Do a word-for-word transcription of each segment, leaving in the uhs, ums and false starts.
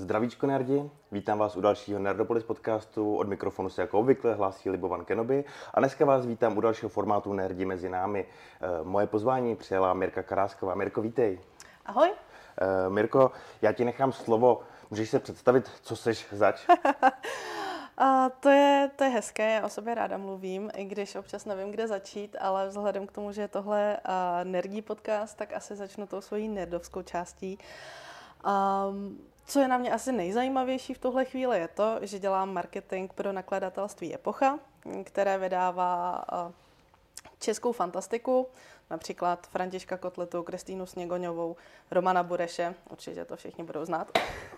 Zdravíčko nerdi, vítám vás u dalšího Nerdopolis podcastu, od mikrofonu se jako obvykle hlásí Libovan Kenobi a dneska vás vítám u dalšího formátu Nerdi mezi námi. Moje pozvání přijela Mirka Karásková. Mirko, vítej. Ahoj. Mirko, já ti nechám slovo, můžeš se představit, co seš zač? A to je, to je hezké, já o sobě ráda mluvím, i když občas nevím, kde začít, ale vzhledem k tomu, že je tohle uh, nerdí podcast, tak asi začnu tou svojí nerdovskou částí. Um, co je na mě asi nejzajímavější v tuhle chvíli je to, že dělám marketing pro nakladatelství Epocha, které vydává uh, českou fantastiku, například Františka Kotletu, Kristýnu Sněgoňovou, Romana Bureše, určitě to všichni budou znát.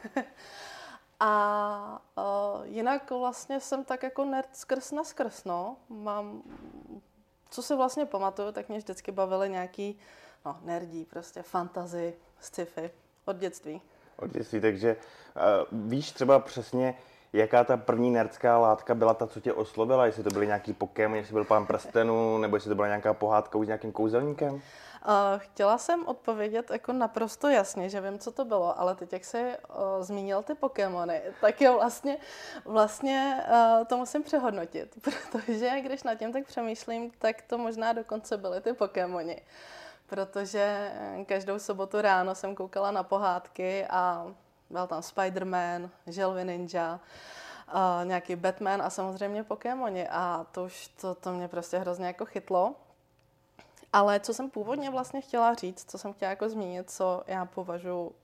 A uh, jinak vlastně jsem tak jako nerd skrz na skrz, no. Mám, co si vlastně pamatuju, tak mě vždycky bavily nějaký, no, nerdí, prostě fantasy, sci-fi, od dětství. Od dětství, takže uh, víš třeba přesně, jaká ta první nerdská látka byla ta, co tě oslovila? Jestli to byly nějaký Pokémon, jestli byl Pán prstenů, nebo jestli to byla nějaká pohádka už s nějakým kouzelníkem? Uh, chtěla jsem odpovědět jako naprosto jasně, že vím, co to bylo, ale teď, jak jsi uh, zmínil ty Pokémony, tak jo, vlastně, vlastně uh, to musím přehodnotit, protože když nad tím tak přemýšlím, tak to možná dokonce byly ty Pokémoni, protože každou sobotu ráno jsem koukala na pohádky a byl tam Spider-Man, Želvy ninja, uh, nějaký Batman a samozřejmě Pokémoni a to už to, to mě prostě hrozně jako chytlo. Ale co jsem původně vlastně chtěla říct, co jsem chtěla jako zmínit, co já považuji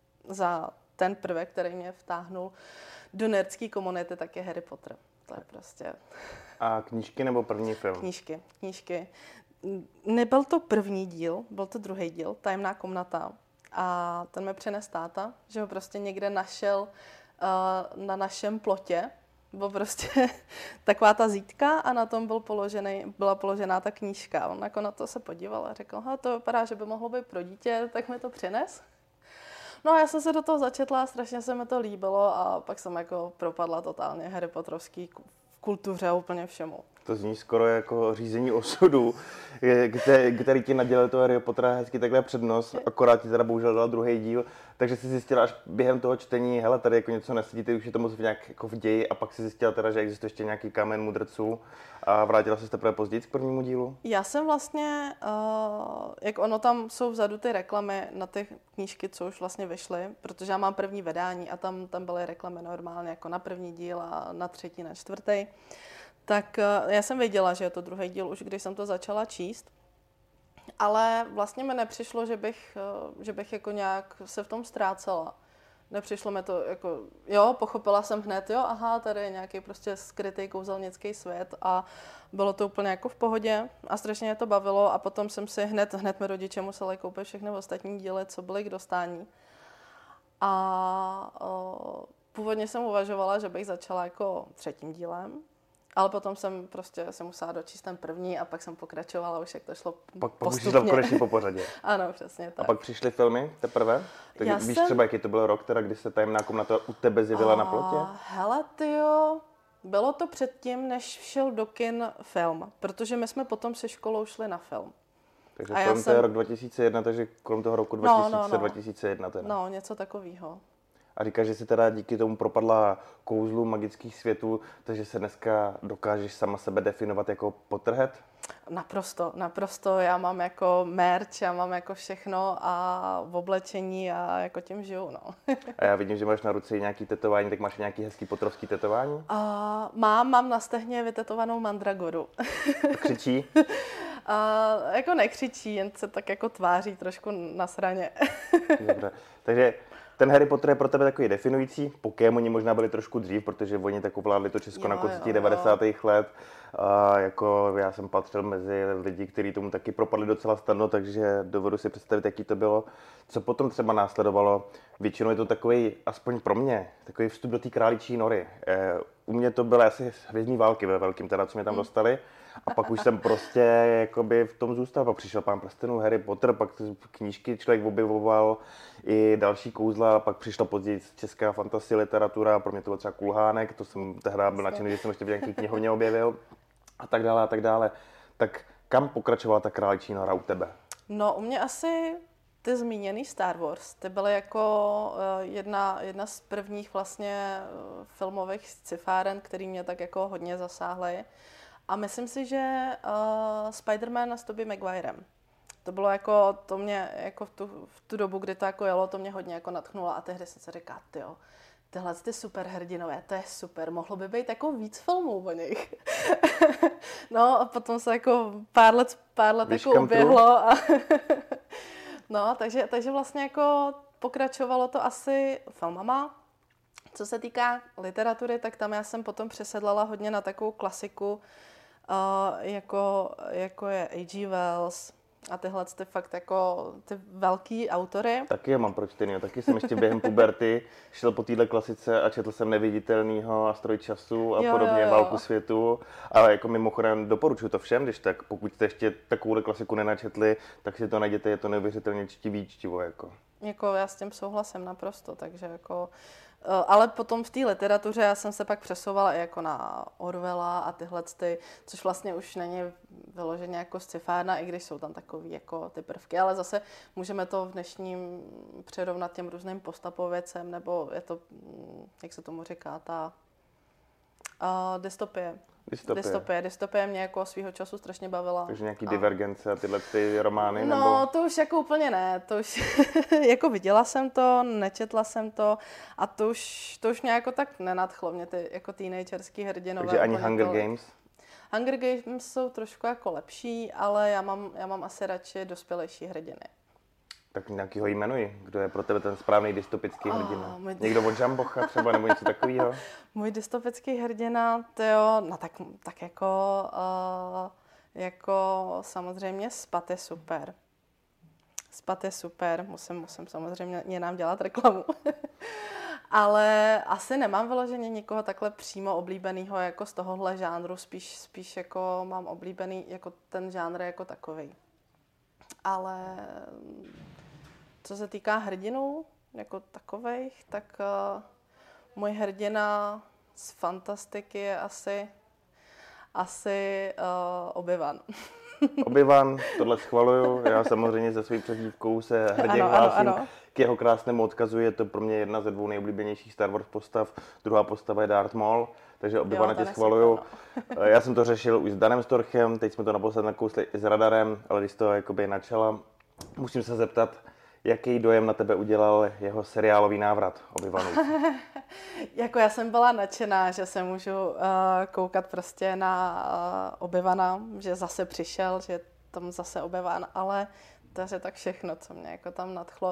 za ten prvek, který mě vtáhnul do nerdské komunity, tak je Harry Potter. To je prostě... A knížky nebo první film? Knížky, knížky. Nebyl to první díl, byl to druhý díl, Tajemná komnata. A ten mi přines táta, že ho prostě někde našel uh, na našem plotě. Byl prostě taková ta zítka a na tom byl položený, byla položená ta knížka. On jako na to se podíval a řekl, to vypadá, že by mohlo být pro dítě, tak mi to přines. No a já jsem se do toho začetla, strašně se mi to líbilo a pak jsem jako propadla totálně Harry Potterovský v kultuře úplně všemu. To zní skoro jako řízení osudu, který ti nadělil toho Harry Pottera hezky takhle před nos, akorát ti teda bohužel dal druhý díl, takže si zjistila až během toho čtení, hele, tady jako něco nesedí, ty už je to moc nějak jako v ději a pak si zjistila teda, že existuje ještě nějaký kámen mudrců a vrátila se teprve později k prvnímu dílu? Já jsem vlastně, uh, jak ono tam jsou vzadu ty reklamy na ty knížky, co už vlastně vyšly, protože já mám první vydání a tam, tam byly reklamy normálně jako na první díl a na třetí, na čtvrtý. Tak já jsem věděla, že je to druhý díl už, když jsem to začala číst, ale vlastně mi nepřišlo, že bych, že bych jako nějak se v tom ztrácela. Nepřišlo mi to jako, jo, pochopila jsem hned, jo, aha, tady je nějaký prostě skrytý kouzelnický svět a bylo to úplně jako v pohodě a strašně mě to bavilo a potom jsem si hned, hned mi rodiče museli koupit všechny ostatní díly, co byly k dostání. A o, původně jsem uvažovala, že bych začala jako třetím dílem, ale potom jsem prostě se musela dočíst ten první a pak jsem pokračovala už, jak to šlo pak, postupně. Pak už konečně po pořadě. Ano, přesně tak. A pak přišly filmy teprve? Tak Já víš jsem... třeba, jaký to byl rok, teda, kdy se Tajemná komnata u tebe zjevila a... na plotě? Hele, tyjo, bylo to předtím, než šel do kin film, protože my jsme potom se školou šli na film. Takže a film já to je jsem... rok dva tisíce jedna, takže kolem toho roku dva tisíce, no, no, no. dva tisíce jedna teda. No, něco takového. A říkáš, že jsi teda díky tomu propadla kouzlu magických světů, takže se dneska dokážeš sama sebe definovat jako Potterhead? Naprosto, naprosto. Já mám jako merch, já mám jako všechno a v oblečení a jako tím žiju, no. A já vidím, že máš na ruce nějaký tetování, tak máš nějaký hezký potterovský tetování? A mám, mám na stehně vytetovanou mandragoru. A křičí? A jako nekřičí, jen se tak jako tváří trošku na sraně. Dobře, takže ten Harry Potter je pro tebe takový definující. Pokémoni možná byli trošku dřív, protože oni tak ovládli to Česko jo, na konci těch devadesátých let. A jako já jsem patřil mezi lidi, kteří tomu taky propadli docela snadno, takže dovedu si představit, jaký to bylo. Co potom třeba následovalo? Většinou je to takový, aspoň pro mě, takový vstup do té králičí nory. U mě to byly asi Hvězdní války ve velkým, teda, co mě tam dostali. A pak už jsem prostě jakoby v tom zůstal. Pak přišel Pán prstenů, Harry Potter, pak knížky člověk objevoval i další kouzla, pak přišla později česká fantasy literatura, pro mě to byl třeba Kulhánek, to jsem tehdy byl nadšený, že jsem ještě v nějaký knihovně objevil a tak dále a tak dále. Tak kam pokračovala ta králičí nora u tebe? No u mě asi ty zmíněný Star Wars, ty byly jako jedna, jedna z prvních vlastně filmových scifáren, který mě tak jako hodně zasáhly. A myslím si, že uh, Spider-Man s Tobey Maguirem. To bylo jako, to mě jako v tu, v tu dobu, kdy to jako jelo, to mě hodně jako natchnulo a tehdy jsem se říkala, tyjo, tyhle ty superhrdinové, to je super, mohlo by být jako víc filmů o nich. No a potom se jako pár let, pár let jako uběhlo a no, takže, takže vlastně jako pokračovalo to asi filmama. Co se týká literatury, tak tam já jsem potom přesedlala hodně na takovou klasiku, uh, jako, jako je H G Wells a tyhle ty fakt jako ty velký autory. Taky je mám pročtený, taky jsem ještě během puberty šel po téhle klasice a četl jsem Neviditelnýho a Stroj času a jo, podobně, jo, jo. Válku světu. Ale jako mimochodem doporučuji to všem, když tak, pokud jste ještě takovou klasiku nenačetli, tak si to najděte, je to neuvěřitelně čtivý čtivo. Jako. jako já s tím souhlasím naprosto, takže jako ale potom v té literatuře já jsem se pak přesouvala i jako na Orwella a tyhle ty, což vlastně už není vyloženě jako scifárna, i když jsou tam takový jako ty prvky, ale zase můžeme to v dnešním přirovnat těm různým postapověcem, nebo je to, jak se tomu říká, ta uh, dystopie. Dystopie. Dystopie. Dystopie mě jako svýho času strašně bavila. Takže nějaký a... Divergence a tyhle ty romány? No, nebo... to už jako úplně ne. To už jako viděla jsem to, nečetla jsem to a to už, to už mě jako tak nenadchlo mě ty jako teenagerský hrdinové. Takže ani Hunger tolik. Games? Hunger Games jsou trošku jako lepší, ale já mám, já mám asi radši dospělejší hrdiny. Tak nějaký ho jmenuji. Kdo je pro tebe ten správný dystopický hrdina? Oh, můj... Někdo od Žambocha třeba nebo něco takového? Můj dystopický hrdina, to jo, no tak, tak jako, uh, jako samozřejmě Spat je super. Spat je super, musím, musím samozřejmě nám dělat reklamu. Ale asi nemám vyloženě nikoho takhle přímo oblíbenýho jako z tohohle žánru, spíš, spíš jako mám oblíbený jako ten žánr jako takovej. Ale co se týká hrdinů jako takovejch, tak uh, můj hrdina z fantastiky je asi, asi uh, Obi-Wan. Obi-Wan, tohle schvaluju. Já samozřejmě se svou přezdívkou se hrdě ano, hlásím ano, ano. k jeho krásnému odkazu. Je to pro mě jedna ze dvou nejoblíbenějších Star Wars postav. Druhá postava je Darth Maul, takže Obi-Wana tě schvaluju. No. Já jsem to řešil už s Danem Storchem, teď jsme to naposled nakousli i s Radarem, ale když to jakoby načala, musím se zeptat, jaký dojem na tebe udělal jeho seriálový návrat Obi-Wanův? Jako já jsem byla nadšená, že se můžu uh, koukat prostě na uh, Obi-Wana, že zase přišel, že tam zase Obi-Wan, ale to je tak všechno, co mě jako tam nadchlo.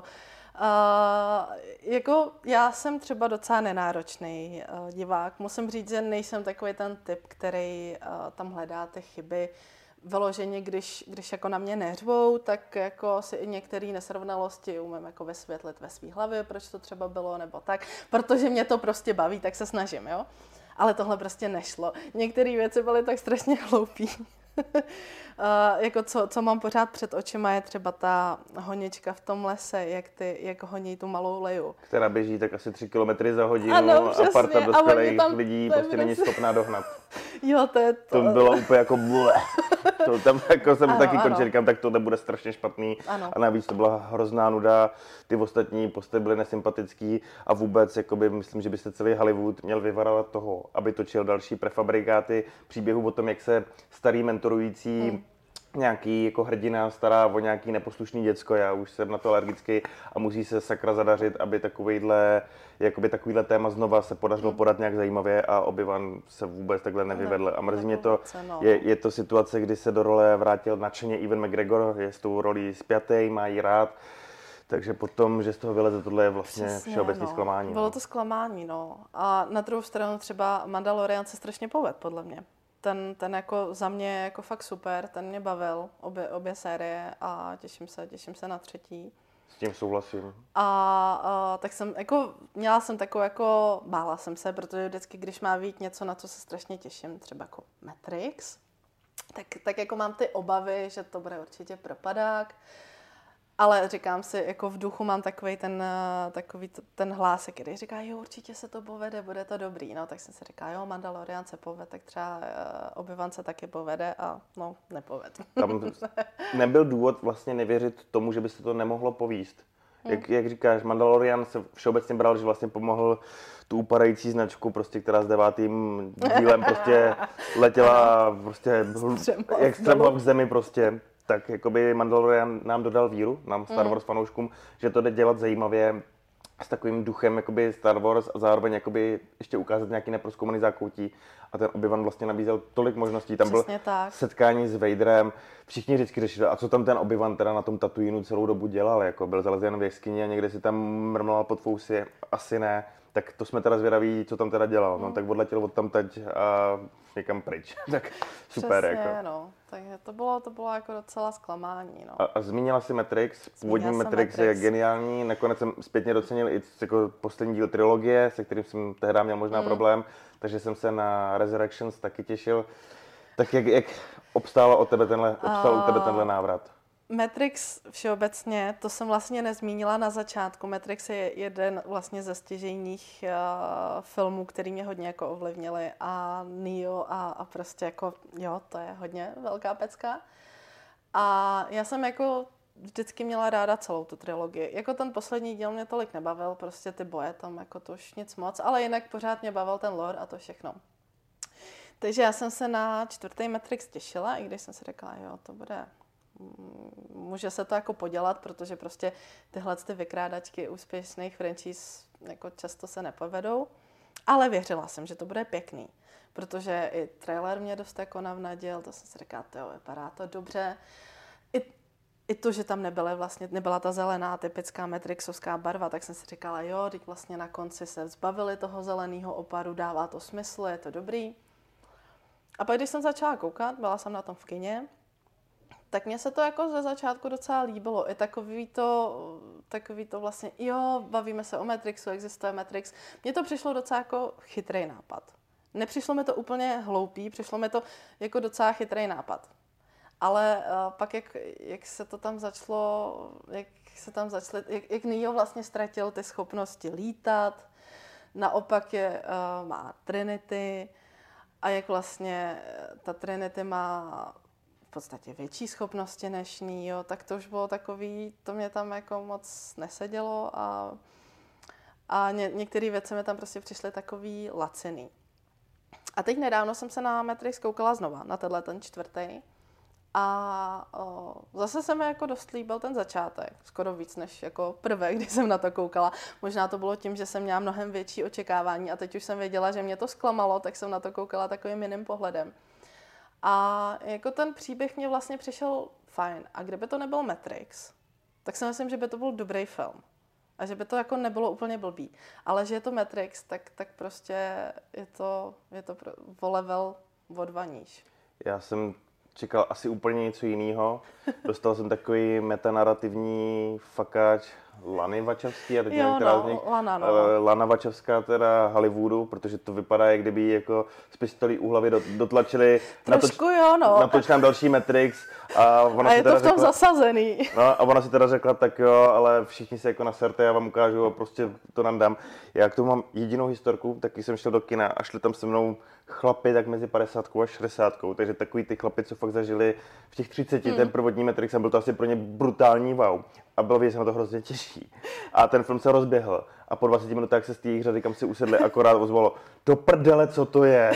Uh, jako já jsem třeba docela nenáročný uh, divák. Musím říct, že nejsem takový ten typ, který uh, tam hledá ty chyby. Vyloženě, když, když jako na mě neřvou, tak jako si i některé nesrovnalosti umím jako vysvětlit ve svý hlavě, proč to třeba bylo nebo tak, protože mě to prostě baví, tak se snažím, jo. Ale tohle prostě nešlo. Některé věci byly tak strašně hloupý. uh, jako co, co mám pořád před očima je třeba ta honička v tom lese, jak, ty, jak honí tu malou Leju. Která běží tak asi tři kilometry za hodinu ano, a parta dospělých tam, lidí prostě není schopná dohnat. Jo, to je to. To bylo úplně jako bleh. To tam jako jsem ano, taky ano. končil, říkám, tak to nebude strašně špatný. Ano. A navíc to byla hrozná nuda, ty ostatní postavy byly nesympatický a vůbec jakoby, myslím, že byste celý Hollywood měl vyvarovat toho, aby točil další prefabrikáty příběhu o tom, jak se starý mentorující hmm. nějaký jako hrdina stará o nějaký neposlušný děcko, já už jsem na to alergický a musí se sakra zadařit, aby takovýhle, jakoby takovýhle téma znova se podařilo hmm. podat nějak zajímavě a Obi-Wan se vůbec takhle nevyvedl. A mrzí mě to, je, je to situace, kdy se do role vrátil nadšeně Ewan McGregor, je s tou rolí spjatý, má jí rád, takže potom, že z toho vyleze, tohle je vlastně Přesně, všeobecný no. zklamání. Bylo no. to zklamání, no. A na druhou stranu třeba Mandalorian se strašně povedl, podle mě. Ten, ten jako za mě jako fakt super, ten mě bavil, obě, obě série a těším se, těším se na třetí. S tím souhlasím. A, a tak jsem, jako, měla jsem takovou, jako, bála jsem se, protože vždycky, když má být něco, na co se strašně těším, třeba jako Matrix, tak, tak jako mám ty obavy, že to bude určitě propadák. Ale říkám si, jako v duchu mám takový ten, takový ten hlásek, který říká, jo, určitě se to povede, bude to dobrý. No, tak jsem si říkal, jo, Mandalorian se povede, tak třeba Obi-Wan se taky povede a no, nepovede. Tam nebyl důvod vlastně nevěřit tomu, že by se to nemohlo povíst. Hmm. Jak, jak říkáš, Mandalorian se všeobecně bral, že vlastně pomohl tu upadající značku, prostě, která s devátým dílem prostě letěla prostě jak střemla k zemi prostě. Tak jakoby Mandalorian nám dodal víru, nám Star Wars fanouškům, že to jde dělat zajímavě s takovým duchem jakoby Star Wars a zároveň jakoby ještě ukázat nějaký neprozkoumaný zákoutí. A ten Obi-Wan vlastně nabízel tolik možností. Tam Přesně byl tak. setkání s Vaderem, všichni vždycky řešili, a co tam ten Obi-Wan teda na tom Tatooinu celou dobu dělal, jako byl zalezen v jeskyni a někde si tam mrmlal pod fousy, asi ne. Tak to jsme teda zvědaví, co tam teda dělal. No, tak odletěl od tam teď a někam pryč. Tak super. Přesně, jako. No. Takže to bylo, to bylo jako docela zklamání. No. A, a zmínila si Matrix. Původní Matrix, Matrix je geniální. Nakonec jsem zpětně docenil i jako poslední díl trilogie, se kterým jsem tehdy měl možná mm. problém. Takže jsem se na Resurrections taky těšil. Tak jak, jak obstálo od tebe tenhle, obstál uh... u tebe tenhle návrat? Matrix všeobecně, to jsem vlastně nezmínila na začátku. Matrix je jeden vlastně ze stěžejních uh, filmů, který mě hodně jako ovlivnili a Neo a, a prostě jako, jo, to je hodně velká pecka. A já jsem jako vždycky měla ráda celou tu trilogii. Jako ten poslední díl mě tolik nebavil, prostě ty boje tam jako to už nic moc, ale jinak pořád mě bavil ten lore a to všechno. Takže já jsem se na čtvrtý Matrix těšila, i když jsem si řekla, jo, to bude... Může se to jako podělat, protože prostě tyhle ty vykrádačky úspěšných franchise jako často se nepovedou. Ale věřila jsem, že to bude pěkný, protože i trailer mě dost jako navnadil, to jsem si říkala, jo, vypadá to dobře. I, I to, že tam nebyla vlastně, nebyla ta zelená typická matrixovská barva, tak jsem si říkala, jo, teď vlastně na konci se zbavili toho zeleného oparu, dává to smysl, je to dobrý. A pak, když jsem začala koukat, byla jsem na tom v kině, tak mně se to jako ze začátku docela líbilo. I takový to, takový to vlastně, jo, bavíme se o Matrixu, existuje Matrix. Mně to přišlo docela jako chytrý nápad. Nepřišlo mi to úplně hloupý, přišlo mi to jako docela chytrý nápad. Ale uh, pak, jak, jak se to tam začalo, jak se tam začalo, jak, jak Neo vlastně ztratil ty schopnosti lítat, naopak je, uh, má Trinity a jak vlastně ta Trinity má v podstatě větší schopnosti než Neo, tak to už bylo takový, to mě tam jako moc nesedělo a, a ně, některé věci mi tam prostě přišly takový laciný. A teď nedávno jsem se na Matrix koukala znova, na tenhle ten čtvrtý. A o, zase se mi jako dost líbil ten začátek, skoro víc než jako prvé, když jsem na to koukala. Možná to bylo tím, že jsem měla mnohem větší očekávání a teď už jsem věděla, že mě to zklamalo, tak jsem na to koukala takovým jiným pohledem. A jako ten příběh mě vlastně přišel fajn. A kdyby to nebyl Matrix, tak si myslím, že by to byl dobrý film. A že by to jako nebylo úplně blbý. Ale že je to Matrix, tak, tak prostě je to, je to o level o dva níž. Já jsem čekal asi úplně něco jiného. Dostal jsem takový metanarativní fakáč Lany Wachowski, a teď nevím, která z nich, Lana, no. Lana Wachowská teda Hollywoodu, protože to vypadá, jak kdyby jako z pistolí u hlavy dotlačili, natoč, jo, no. natoč nám další Matrix. A, ona a si je teda to v tom řekla, zasazený. No a ona si teda řekla, tak jo, ale všichni se jako naserte, já vám ukážu a prostě to nám dám. Já k tomu mám jedinou historku, taky jsem šel do kina a šli tam se mnou chlapi tak mezi padesátkou a šedesátkou, takže takový ty chlapi, co fakt zažili v těch třiceti hmm. ten prvotní Matrix, a byl to asi pro ně brutální wow. A bylo vidět, že se na to hrozně těší. A ten film se rozběhl a po dvaceti minutách se z té jejich řady, kam si usedli, akorát ozvalo, do prdele, co to je.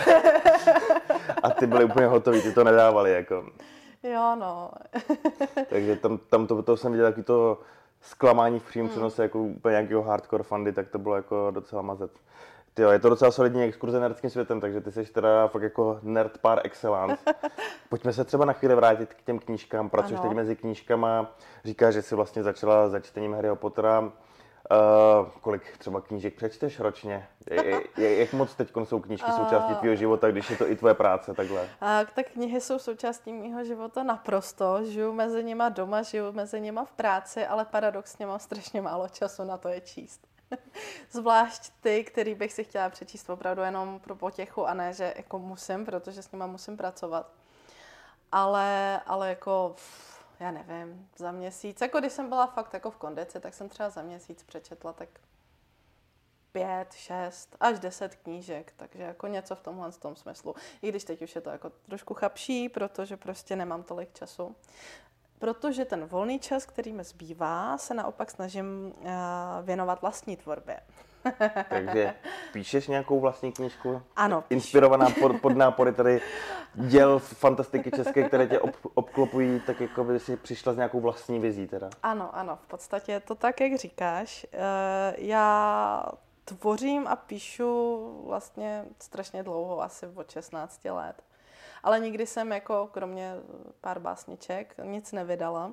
A ty byli úplně hotoví, ty to nedávali jako. Jo, no. Takže tam, tam to, to jsem viděl taky to zklamání v přímém přenose, mm. jako úplně nějakého hardcore fandy, tak to bylo jako docela mazet. Tyjo, je to docela solidní exkurze nerdským světem, takže ty jsi teda fakt jako nerd par excellence. Pojďme se třeba na chvíli vrátit k těm knížkám, pracuješ teď mezi knížkama, říkáš, že jsi vlastně začala za čtením Harryho Pottera. Uh, kolik třeba knížek přečteš ročně? Je, je, jak moc teď jsou knížky součástí tvého života, když je to i tvoje práce takhle? Uh, tak knihy jsou součástí mého života naprosto. Žiju mezi nima doma, žiju mezi nima v práci, ale paradoxně mám strašně málo času na to je číst. Zvlášť ty, který bych si chtěla přečíst opravdu jenom pro potěchu a ne, že jako musím, protože s nima musím pracovat. Ale, ale jako já nevím, za měsíc. Jako když jsem byla fakt jako v kondici, tak jsem třeba za měsíc přečetla tak pět, šest, až deset knížek, takže jako něco v tomhle tom smyslu. I když teď už je to jako trošku chabší, protože prostě nemám tolik času. Protože ten volný čas, který mi zbývá, se naopak snažím uh, věnovat vlastní tvorbě. Takže píšeš nějakou vlastní knížku? Ano. Inspirovaná pod, pod nápory tady děl fantastiky české, které tě ob, obklopují, tak jako by si přišla s nějakou vlastní vizí teda. Ano, ano, v podstatě je to tak, jak říkáš. Uh, já tvořím a píšu vlastně strašně dlouho, asi od šestnácti let. Ale nikdy jsem jako, kromě pár básniček, nic nevydala.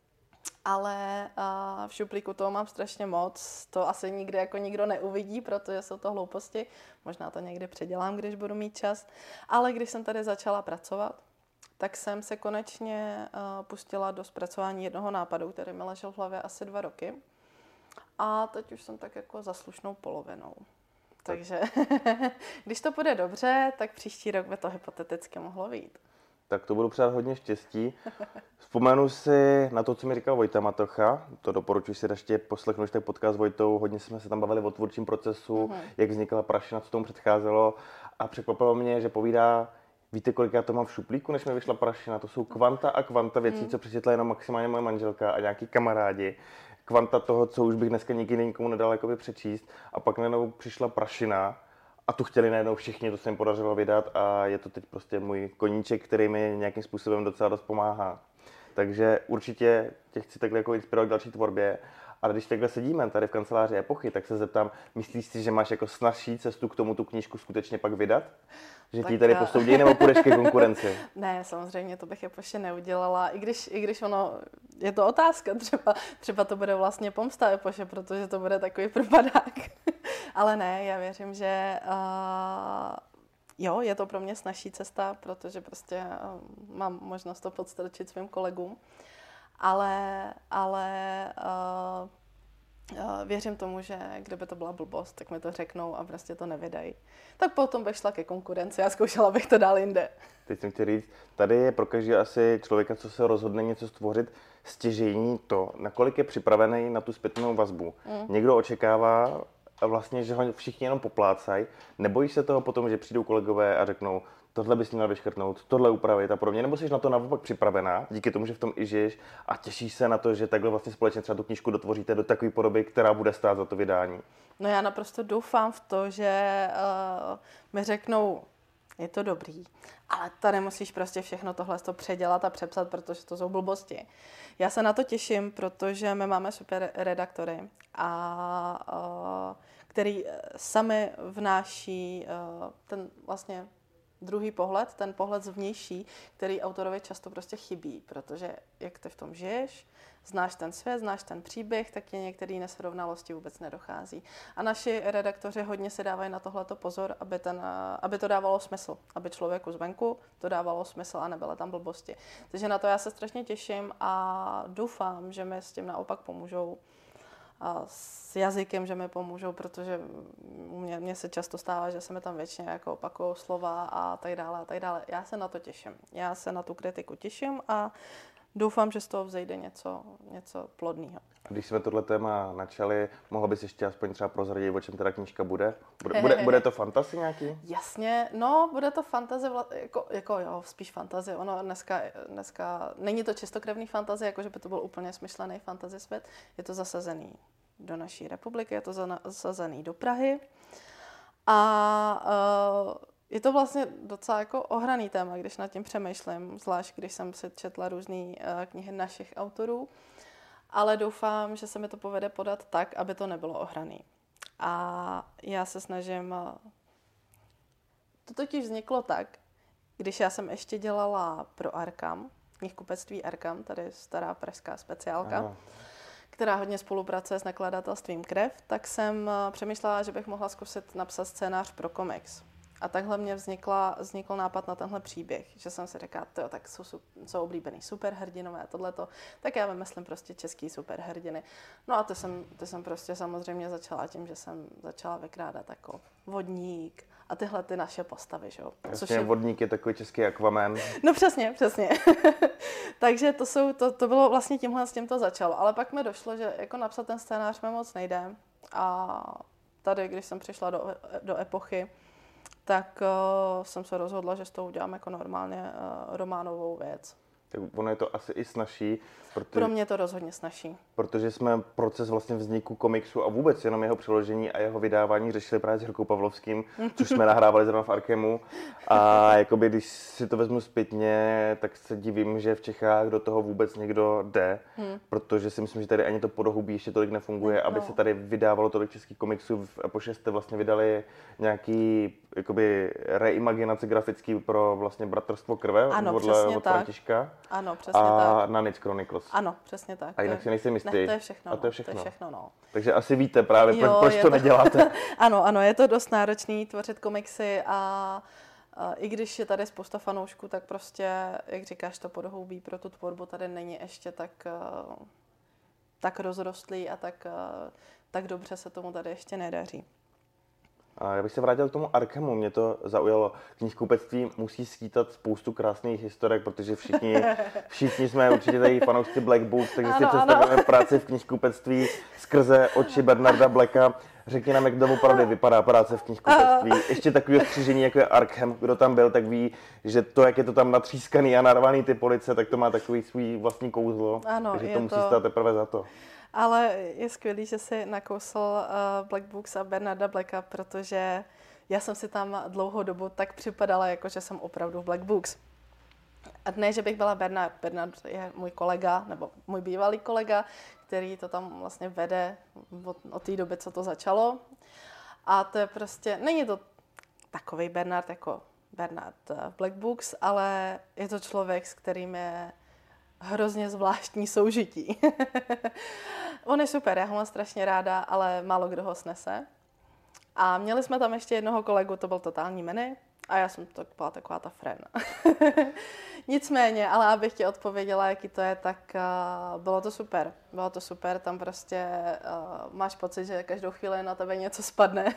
Ale uh, v šuplíku toho mám strašně moc. To asi nikdy jako nikdo neuvidí, protože jsou to hlouposti. Možná to někdy předělám, když budu mít čas. Ale když jsem tady začala pracovat, tak jsem se konečně uh, pustila do zpracování jednoho nápadu, který mi ležel v hlavě asi dva roky. A teď už jsem tak jako za slušnou polovinou. Takže když to půjde dobře, tak příští rok by to hypoteticky mohlo vyjít. Tak to budu přát hodně štěstí. Vzpomenu si na to, co mi říkal Vojta Matocha. To doporučuji si ještě poslechnout ten podcast s Vojtou. Hodně jsme se tam bavili o tvůrčím procesu, mm-hmm. jak vznikala prašina, co tomu předcházelo. A překvapilo mě, že povídá, víte, kolik já to mám v šuplíku, než mi vyšla prašina. To jsou kvanta a kvanta věcí, mm. co přečetla jenom maximálně moje manželka a nějaký kamarádi. Kvanta toho, co už bych dneska nikdy nikomu nedal jakoby přečíst. A pak najednou přišla prašina a tu chtěli najednou všichni, to se jim podařilo vydat a je to teď prostě můj koníček, který mi nějakým způsobem docela dost pomáhá. Takže určitě tě chci takhle jako inspirovat k další tvorbě. Ale když takhle sedíme tady v kanceláři Epochy, tak se zeptám, myslíš si, že máš jako snazší cestu k tomu tu knížku skutečně pak vydat? Že ti tady posoudí nebo půjdeš ke konkurenci? Ne, samozřejmě, to bych Epoše neudělala. I když, i když ono, je to otázka, třeba, třeba to bude vlastně pomsta Epoše, protože to bude takový propadák. Ale ne, já věřím, že uh, jo, je to pro mě snazší cesta, protože prostě uh, mám možnost to podstrčit svým kolegům. Ale, ale uh, uh, věřím tomu, že kdyby to byla blbost, tak mi to řeknou a prostě to nevydají. Tak potom bych šla ke konkurenci a zkoušela bych to dál jinde. Teď jsem chtěl říct, tady je pro každý asi člověka, co se rozhodne něco stvořit, stěžejní to, nakolik je připravený na tu zpětnou vazbu. Mm. Někdo očekává vlastně, že ho všichni jenom poplácají. Nebojíš se toho potom, že přijdou kolegové a řeknou, tohle bys měla vyškrtnout, tohle upravit a podobně, nebo jsi na to naopak připravená, díky tomu, že v tom i žiješ a těšíš se na to, že takhle vlastně společně třeba tu knížku dotvoříte do takové podoby, která bude stát za to vydání? No já naprosto doufám v to, že uh, mi řeknou, je to dobrý, ale tady musíš prostě všechno tohle předělat a přepsat, protože to jsou blbosti. Já se na to těším, protože my máme super redaktory, a, uh, který sami vnáší uh, ten vlastně druhý pohled, ten pohled zvnější, který autorovi často prostě chybí, protože jak ty v tom žiješ, znáš ten svět, znáš ten příběh, tak ti některé nesrovnalosti vůbec nedochází. A naši redaktoři hodně si dávají na tohleto pozor, aby, ten, aby to dávalo smysl, aby člověku zvenku to dávalo smysl a nebyly tam blbosti. Takže na to já se strašně těším a doufám, že mi s tím naopak pomůžou. A s jazykem, že mi pomůžou, protože mě, mě se často stává, že se mi tam většině jako opakujou slova a tak dále a tak dále. Já se na to těším. Já se na tu kritiku těším a doufám, že z toho vzejde něco, něco plodného. Když jsme tohle téma načali, mohla bys ještě aspoň třeba prozradit, o čem teda knížka bude? Bude, bude, bude to fantasy nějaký? Jasně, no, bude to fantasy, jako, jako jo, spíš fantasy. Ono dneska, dneska není to čistokrevný fantasy, jako že by to byl úplně smyšlený fantasy svět. Je to zasazený do naší republiky, je to zasazený do Prahy. A uh, je to vlastně docela jako ohraný téma, když nad tím přemýšlím, zvlášť když jsem si četla různé uh, knihy našich autorů. Ale doufám, že se mi to povede podat tak, aby to nebylo ohraný. A já se snažím... To totiž vzniklo tak, když já jsem ještě dělala pro Arkam, knihkupectví Arkam, tady stará pražská speciálka, Aha. která hodně spolupracuje s nakladatelstvím Krev, tak jsem přemýšlela, že bych mohla zkusit napsat scénář pro komiks. A takhle mě vznikla, vznikl nápad na tenhle příběh, že jsem si říkala, jo, tak jsou, jsou oblíbený superhrdinové a tohleto, tak já vymyslím prostě český superhrdiny. No a to jsem, to jsem prostě samozřejmě začala tím, že jsem začala vykrádat jako vodník a tyhle ty naše postavy, že jo. Jasně, je... vodník je takový český Aquaman. No přesně, přesně. Takže to, jsou, to, to bylo vlastně tímhle, s tím to začalo, ale pak mi došlo, že jako napsat ten scénář mi moc nejde a tady, když jsem přišla do, do epochy, tak uh, jsem se rozhodla, že s toho udělám jako normálně uh, románovou věc. Tak ono je to asi i snazší. Protože, Pro mě je to rozhodně snazší. Protože jsme proces vlastně vzniku komiksu a vůbec jenom jeho přeložení a jeho vydávání řešili právě s Jirkou Pavlovským, což jsme nahrávali zrovna v Arkemu. A jakoby, když si to vezmu zpětně, tak se divím, že v Čechách do toho vůbec někdo jde, hmm. protože si myslím, že tady ani to podohubí ještě tolik nefunguje, no. aby se tady vydávalo tolik českých komiksů. V Epoše jste vlastně vydali nějaký jakoby reimaginace grafický pro vlastně Bratrstvo krve ano, podle přesně od tak. Františka. Ano, přesně a tak. A na Nitz Chronicles. Ano, přesně tak. A jinak si nejsem jistý. Ne, to je všechno. A to je všechno. To je všechno no. Takže asi víte právě, jo, proč to, to neděláte. ano, ano, je to dost náročný tvořit komiksy a, a i když je tady spousta fanoušků, tak prostě, jak říkáš, to podhoubí pro tu tvorbu tady není ještě tak, tak rozrostlý a tak, tak dobře se tomu tady ještě nedaří. A já bych se vrátil k tomu Arkemu, mě to zaujalo. Knihkupectví musí skýtat spoustu krásných historek, protože všichni, všichni jsme určitě tady fanoušci Black Books, takže ano, si představujeme ano. práci v knihkupectví skrze oči Bernarda Blacka. Řekni nám, jak to opravdu vypadá práce v knihkupectví. Ještě takový střížení, jako je Arkham, kdo tam byl, tak ví, že to, jak je to tam natřískaný a narvaný ty police, tak to má takový svůj vlastní kouzlo. Ano, takže to musí to... stát teprve za to. Ale je skvělý, že si nakousl uh, Black Books a Bernarda Blacka, protože já jsem si tam dlouhou dobu tak připadala, jako že jsem opravdu v Black Books. A ne, že bych byla Bernard. Bernard je můj kolega, nebo můj bývalý kolega, který to tam vlastně vede od, od té doby, co to začalo. A to je prostě, není to takovej Bernard jako Bernard v Black Books, ale je to člověk, s kterým je hrozně zvláštní soužití. On je super, já ho mám strašně ráda, ale málo kdo ho snese. A měli jsme tam ještě jednoho kolegu, to byl totální meny, a já jsem to byla taková ta fren. Nicméně, ale abych ti odpověděla, jaký to je, tak uh, bylo to super. Bylo to super, tam prostě uh, máš pocit, že každou chvíli na tebe něco spadne.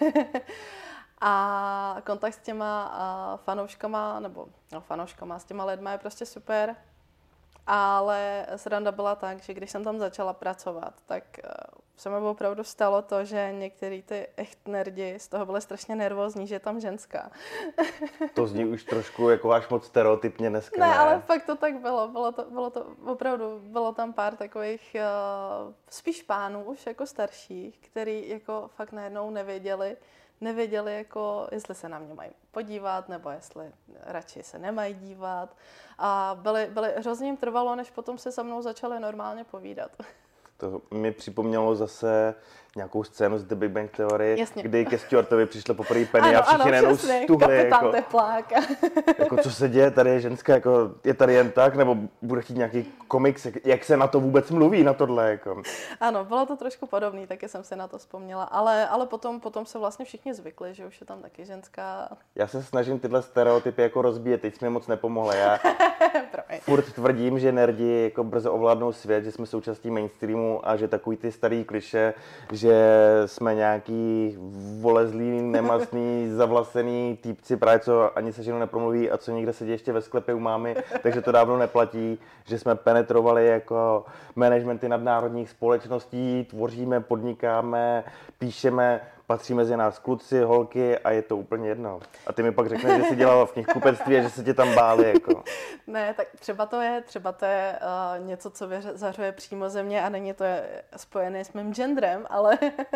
A kontakt s těma uh, fanouškama, nebo no, fanouškama, s těma lidma je prostě super. Ale sranda byla tak, že když jsem tam začala pracovat, tak uh, se mi opravdu stalo to, že některý ty echt nerdi z toho byly strašně nervózní, že je tam ženská. To zní už trošku jako až moc stereotypně dneska. Ne, ne, ale fakt to tak bylo. Bylo to, bylo to opravdu, bylo tam pár takových uh, spíš pánů, už jako starších, který jako fakt najednou nevěděli, nevěděli, jako, jestli se na mě mají podívat, nebo jestli radši se nemají dívat. A byli, byli, hrozně jim trvalo, než potom se se mnou začali normálně povídat. To mi připomnělo zase nějakou scénu z The Big Bang Theory, Jasně. kdy ke Stewartovi přišla poprvé Penny a všichni najednou stuhli. Kapitán jako, Teplák. jako, co se děje, tady je ženská, jako, je tady jen tak, nebo bude chtít nějaký komiks, jak, jak se na to vůbec mluví, na tohle. Jako. Ano, bylo to trošku podobný, taky jsem si na to vzpomněla, ale, ale potom, potom se vlastně všichni zvykli, že už je tam taky ženská. Já se snažím tyhle stereotypy jako rozbíjet, teď jsi mi moc nepomohla. Já furt tvrdím, že nerdi jako brzo ovládnou svět, že jsme součástí mainstreamu a že takový ty starý kliše, že jsme nějaký volezlý, nemastný, zavlasený týpci, právě co ani se ženou nepromluví a co někde sedí ještě ve sklepě u mámy, takže to dávno neplatí, že jsme penetrovali jako managementy nadnárodních společností, tvoříme, podnikáme, píšeme, patří mezi nás kluci, holky a je to úplně jedno. A ty mi pak řekneš, že jsi dělala v knihkupectví a že se tě tam báli. Jako. Ne, tak třeba to je, třeba to je uh, něco, co zařuje přímo ze mě a není to spojené s mým genderem, ale,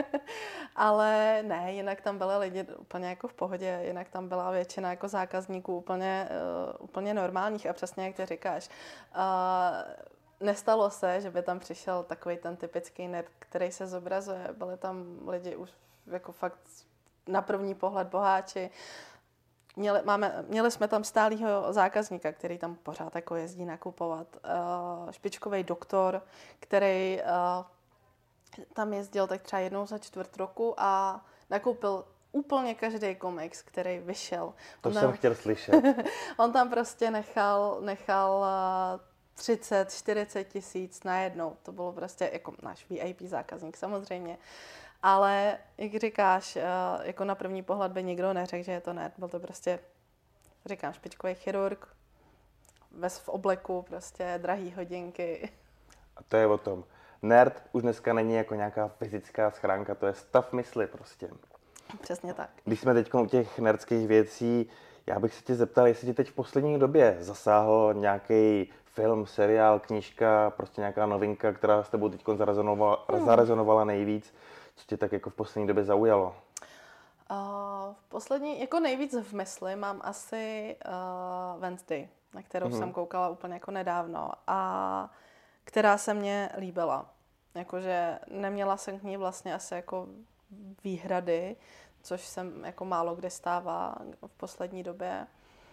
ale ne, jinak tam byly lidi úplně jako v pohodě, jinak tam byla většina jako zákazníků úplně, uh, úplně normálních a přesně jak ty říkáš. Uh, Nestalo se, že by tam přišel takový ten typický nerd, který se zobrazuje. Byli tam lidi už jako fakt na první pohled boháči. Měli, máme, měli jsme tam stálýho zákazníka, který tam pořád jako jezdí nakupovat. Uh, špičkový doktor, který uh, tam jezdil tak třeba jednou za čtvrt roku a nakoupil úplně každý komiks, který vyšel. To on jsem tam, chtěl slyšet. On tam prostě nechal, nechal uh, třicet čtyřicet tisíc najednou. To bylo prostě jako náš V I P zákazník samozřejmě. Ale jak říkáš, jako na první pohled by nikdo neřekl, že je to nerd. Byl to prostě, říkám, špičkový chirurg, bez v obleku, prostě drahý hodinky. A to je o tom. Nerd už dneska není jako nějaká fyzická schránka, to je stav mysli prostě. Přesně tak. Když jsme teď u těch nerdských věcí, já bych se tě zeptal, jestli ti teď v poslední době zasáhl nějaký film, seriál, knížka, prostě nějaká novinka, která s tebou teď zarezonovala, hmm. zarezonovala nejvíc, co tě tak jako v poslední době zaujalo? Uh, v poslední, jako nejvíc v mysli mám asi uh, Wednesday, na kterou hmm. jsem koukala úplně jako nedávno a která se mně líbila. Jakože neměla jsem k ní vlastně asi jako výhrady, což jsem jako málo kde stává v poslední době.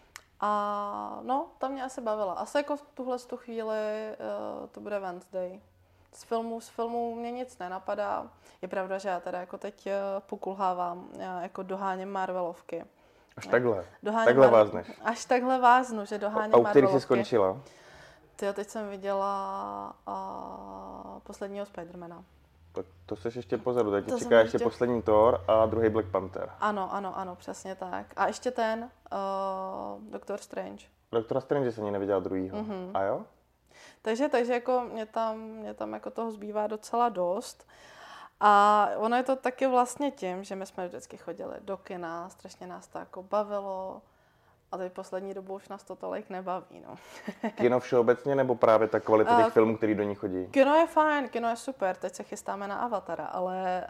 A no, ta mě asi bavila. Asi jako v tuhle tu chvíli uh, to bude Wednesday. Z filmu, z filmu mě nic nenapadá. Je pravda, že já teda jako teď uh, pokulhávám, já jako doháním Marvelovky. Až takhle? Doháním takhle Mar- vázneš? Až takhle váznu, že doháním Marvelovky. A u Marvelovky. kterých jsi skončila? Tyjo, teď jsem viděla uh, posledního Spidermana. Tak to seš ještě pozadu, teď čeká ještě poslední Thor a druhý Black Panther. Ano, ano, ano, přesně tak. A ještě ten, uh, Doctor Strange. Doktora Strange jsem ani neviděla druhýho. Mm-hmm. A jo? Takže, takže jako mě tam, mě tam jako toho zbývá docela dost. A ono je to taky vlastně tím, že my jsme vždycky chodili do kina, strašně nás to jako bavilo. A teď poslední dobu už nás to tolik nebaví, no. Kino všeobecně, nebo právě ta kvalita těch uh, filmů, který do ní chodí? Kino je fajn, kino je super, teď se chystáme na Avatara, ale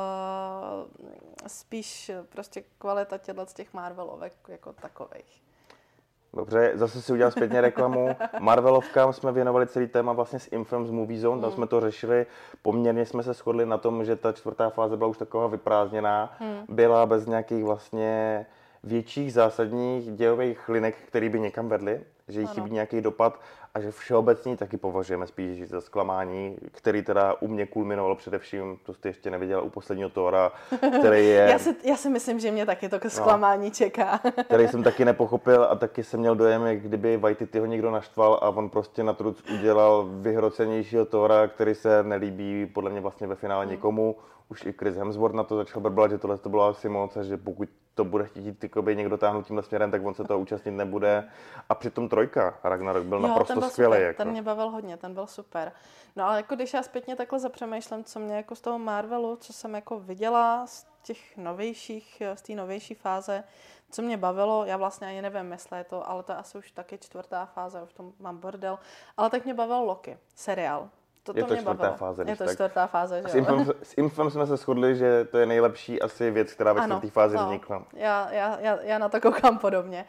uh, spíš prostě kvalita těchto z těch Marvelovek jako takovejch. Dobře, zase si udělám zpětně reklamu. Marvelovkám jsme věnovali celý téma vlastně s Infamous Movie Zone, tam mm. jsme to řešili. Poměrně jsme se shodli na tom, že ta čtvrtá fáze byla už taková vyprázdněná. Mm. Byla bez nějakých vlastně větších zásadních dějových linek, které by někam vedly, že jí chybí nějaký dopad a že všeobecně taky považujeme spíš za zklamání, který teda u mě kulminovalo především, to jste ještě neviděla, u posledního Thora, který je... já, si, já si myslím, že mě taky to zklamání no, čeká. Který jsem taky nepochopil a taky jsem měl dojem, jak kdyby Waititiho někdo naštval a on prostě na truc udělal vyhrocenějšího Thora, který se nelíbí podle mě vlastně ve finále hmm. nikomu. Už i Chris Hemsworth na to začal brblat, že tohle to bylo asi moc a že pokud to bude chtít tykoby někdo táhnout tímhle směrem, tak on se toho účastnit nebude. A přitom trojka Ragnarok byl jo, naprosto byl skvělý. Jako. Ten mě bavil hodně, ten byl super. No ale jako když já zpětně takhle zapřemýšlím, co mě jako z toho Marvelu, co jsem jako viděla z těch novějších, z té novější fáze, co mě bavilo, já vlastně ani nevím, jestli je to, ale to je asi už taky čtvrtá fáze, už to mám bordel, ale tak mě bavil Loki, seriál. To, to je to mě čtvrtá bavilo. fáze. Je to tak. čtvrtá fáze, že s Infam, s Infam jsme se shodli, že to je nejlepší asi věc, která ve čtvrtý fázi no, vznikla. Já, já, já, já na to koukám podobně.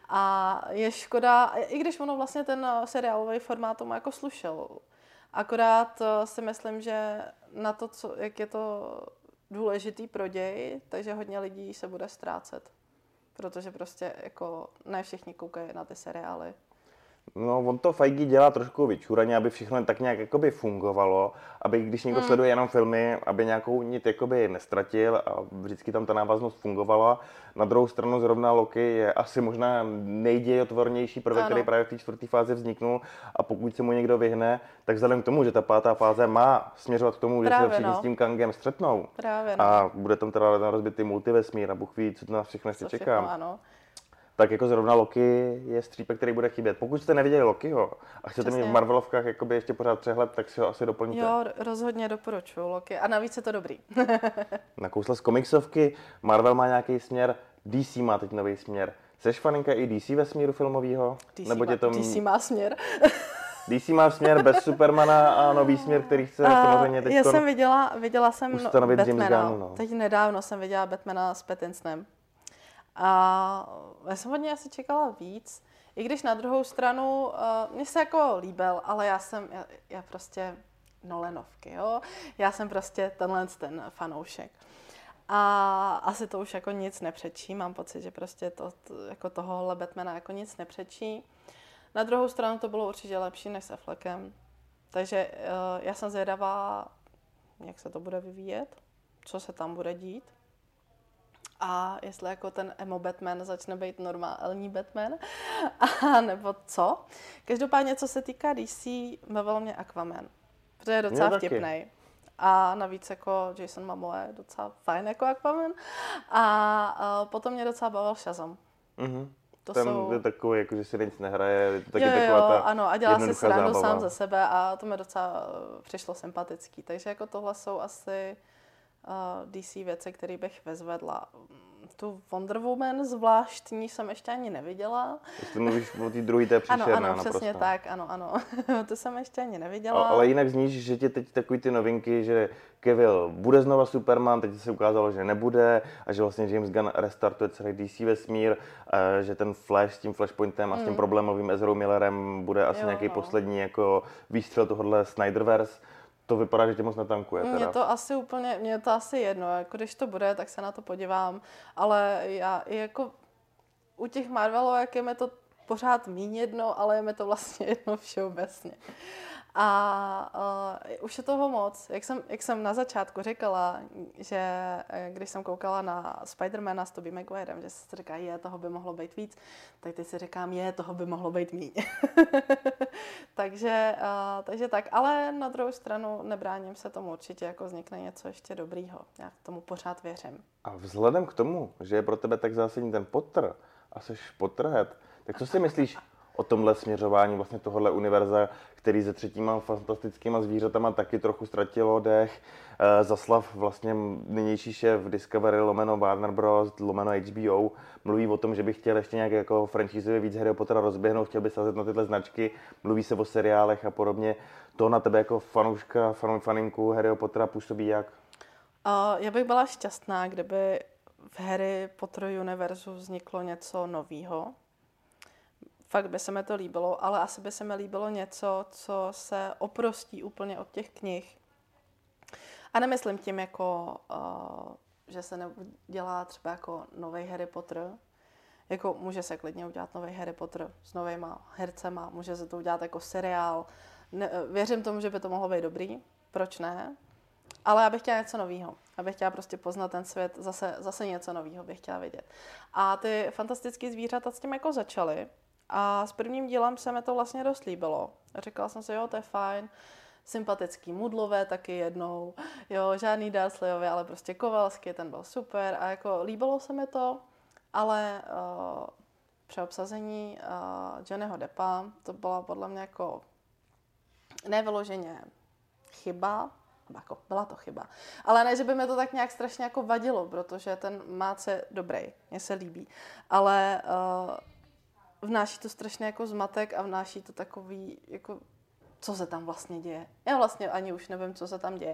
A je škoda, i když ono vlastně ten seriálový formát tomu jako slušel. Akorát si myslím, že na to, co, jak je to důležitý pro děj, takže hodně lidí se bude ztrácet. Protože prostě jako ne všichni koukají na ty seriály. No, on to Feige dělá trošku vyčuraně, aby všechno tak nějak jakoby fungovalo, aby když někdo mm. sleduje jenom filmy, aby nějakou nit jakoby nestratil a vždycky tam ta návaznost fungovala. Na druhou stranu zrovna Loki je asi možná nejdějotvornější prvek, který právě v té čtvrté fázi vzniknul a pokud se mu někdo vyhne, tak vzhledem k tomu, že ta pátá fáze má směřovat k tomu, právě že se všichni no. s tím Kangem střetnou právě no. a bude tam teda rozbitý multivesmír a Bůh ví, co nás všechno ještě čeká. Ano. Tak jako zrovna Loki je střípek, který bude chybět. Pokud jste neviděli Lokiho a chcete Přesně. mít v Marvelovkách jakoby ještě pořád přehled, tak si ho asi doplníte. Jo, rozhodně doporučuji Loki. A navíc je to dobrý. Nakousla z komiksovky, Marvel má nějaký směr, D C má teď nový směr. Seš faninka i D C ve směru filmového? Nebo má, to... D C má směr. D C má směr bez Supermana a nový směr, který chce uh, samozřejmě teď Já jsem viděla, viděla jsem Batmana. Gunn, no. Teď nedávno jsem viděla Batmana s Pattinsonem. A já jsem od něj asi čekala víc, i když na druhou stranu uh, mě se jako líbil, ale já jsem, já, já prostě Nolanovky, jo, já jsem prostě tenhle ten fanoušek. A asi to už jako nic nepřečí, mám pocit, že prostě to, to jako tohohle Batmana jako nic nepřečí. Na druhou stranu to bylo určitě lepší než s Affleckem, takže uh, já jsem zvědavá, jak se to bude vyvíjet, co se tam bude dít. A jestli jako ten emo Batman začne být normální Batman, a nebo co. Každopádně, co se týká D C, bavil mě Aquaman, protože je docela vtipnej. A navíc jako Jason Momoa je docela fajn jako Aquaman. A, a potom mě docela bavil Shazam. Mm-hmm. To ten jsou... je takový, jako, že si nic nehraje, je to taky jo, jo, taková ta ano, a dělá si srandu zábava. sám ze sebe a to mi docela přišlo sympatický. Takže jako tohle jsou asi uh, D C věci, které bych vezvedla. Tu Wonder Woman zvláštní jsem ještě ani neviděla. Jestli mluvíš o té druhé, to je příšerná. Ano, ano, naprosto. přesně tak, ano, ano. To jsem ještě ani neviděla. Ale jinak zníš, že tě teď takový ty novinky, že Cavill bude znova Superman, teď se ukázalo, že nebude a že vlastně James Gunn restartuje celý D C vesmír, a že ten Flash s tím Flashpointem a s tím mm. problémovým Ezrou Millerem bude asi jo, nějaký no. poslední jako výstřel tohohle Snyderverse. To vypadá, že tě moc netankuje. Teda. Mně to asi úplně, mně to asi jedno, jako když to bude, tak se na to podívám, ale já i jako u těch Marvelů, jak je mi to pořád míň jedno, ale je mi to vlastně jedno všeobecně. A uh, už je toho moc. Jak jsem, jak jsem na začátku říkala, že když jsem koukala na Spidermana s Tobey Maguirem, že si říká, je, toho by mohlo být víc, tak teď si říkám, je, toho by mohlo být míň. takže, uh, takže tak, ale na druhou stranu nebráním se tomu, určitě jako vznikne něco ještě dobrýho. Já tomu pořád věřím. A vzhledem k tomu, že je pro tebe tak zásadní ten Potter a jsi Potterhead, tak co si myslíš o tomhle směřování vlastně tohohle univerza, který se třetíma fantastickýma zvířatama taky trochu ztratilo dech. E, Zaslav, vlastně nynější šéf Discovery, lomeno Warner Bros., lomeno H B O, mluví o tom, že by chtěl ještě nějak jako franchise víc Harry Pottera rozběhnout, chtěl by sázet na tyhle značky, mluví se o seriálech a podobně. To na tebe jako fanouška, fan, faninku Harry Pottera působí jak? Uh, já bych byla šťastná, kdyby v Harry Potter univerzu vzniklo něco novýho. Fakt by se mi to líbilo, ale asi by se mi líbilo něco, co se oprostí úplně od těch knih. A nemyslím tím jako, uh, že se neudělá třeba jako nový Harry Potter. Jako může se klidně udělat nový Harry Potter s novýma hercema, může se to udělat jako seriál. Ne, věřím tomu, že by to mohlo být dobrý, proč ne? Ale já bych chtěla něco novýho. Já bych chtěla prostě poznat ten svět, zase, zase něco novýho bych chtěla vidět. A ty fantastické zvířata s tím jako začaly. A s prvním dílem se mi to vlastně dost líbilo. Říkala jsem si, jo, to je fajn, sympatický Mudlové taky jednou, jo, žádný Dursleyovi, ale prostě Kovalsky, ten byl super a jako líbilo se mi to, ale uh, přeobsazení uh, Johnnyho Deppa, to byla podle mě jako nevyloženě chyba, jako byla to chyba, ale ne, že by mi to tak nějak strašně jako vadilo, protože ten Mác je dobrý, mně se líbí, ale uh, vnáší to strašně jako zmatek a vnáší to takový, jako, co se tam vlastně děje. Já vlastně ani už nevím, co se tam děje.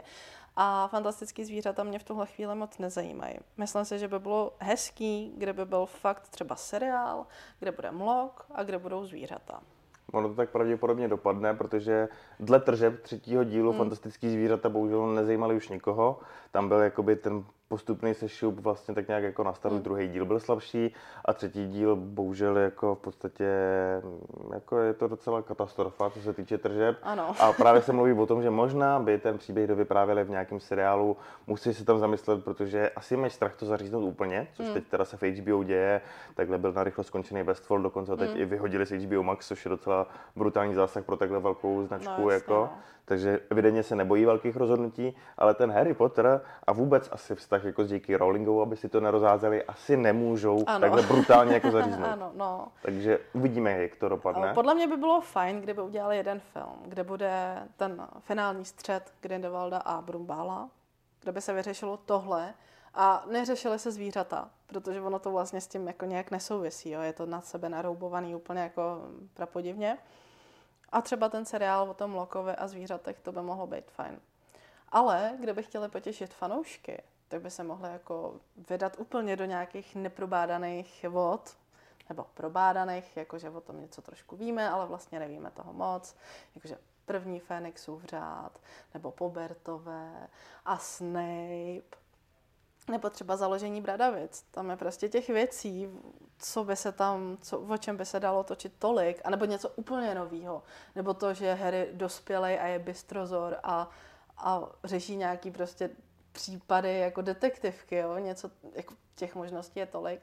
A fantastický zvířata mě v tuhle chvíli moc nezajímají. Myslím si, že by bylo hezký, kde by byl fakt třeba seriál, kde bude mlok a kde budou zvířata. Ono to tak pravděpodobně dopadne, protože dle tržeb třetího dílu hmm. fantastický zvířata bohužel nezajímaly už nikoho. Tam byl jakoby ten postupný sešup vlastně tak nějak jako na start, hmm. druhý díl byl slabší a třetí díl bohužel jako v podstatě jako je to docela katastrofa, co se týče tržeb. Ano. A právě se mluví o tom, že možná by ten příběh dovyprávěli v nějakém seriálu, musí se tam zamyslet, protože asi mají strach to zaříznout úplně, což hmm. teď teda se v H B O děje, takhle byl narychlo skončený Westworld, dokonce ho teď hmm. i vyhodili z H B O Max, což je docela brutální zásah pro takhle velkou značku, no, jako. no. Takže evidentně se nebojí velkých rozhodnutí, ale ten Harry Potter a vůbec asi vztah jako s J K Rowlingovou, aby si to nerozházeli, asi nemůžou ano. takhle brutálně jako zaříznout. Ano, no. Takže uvidíme, jak to dopadne. Podle mě by bylo fajn, kdyby udělali jeden film, kde bude ten finální střet Grindelwalda a Brumbála, kde by se vyřešilo tohle a neřešily se zvířata, protože ono to vlastně s tím jako nějak nesouvisí, jo? Je to nad sebe naroubovaný úplně jako prapodivně. A třeba ten seriál o tom Lokovi a zvířatech, to by mohlo být fajn. Ale kdyby chtěli potěšit fanoušky, tak by se mohli jako vydat úplně do nějakých neprobádaných vod, nebo probádaných, jakože o tom něco trošku víme, ale vlastně nevíme toho moc. Jakože první Fénixův řád, nebo Pobertové a Snape, nebo třeba založení Bradavic. Tam je prostě těch věcí, co by se tam, co, o čem by se dalo točit tolik, anebo něco úplně novýho. Nebo to, že Harry dospělej a je bystrozor a, a řeší nějaký prostě případy jako detektivky, jo? Něco, jako těch možností je tolik.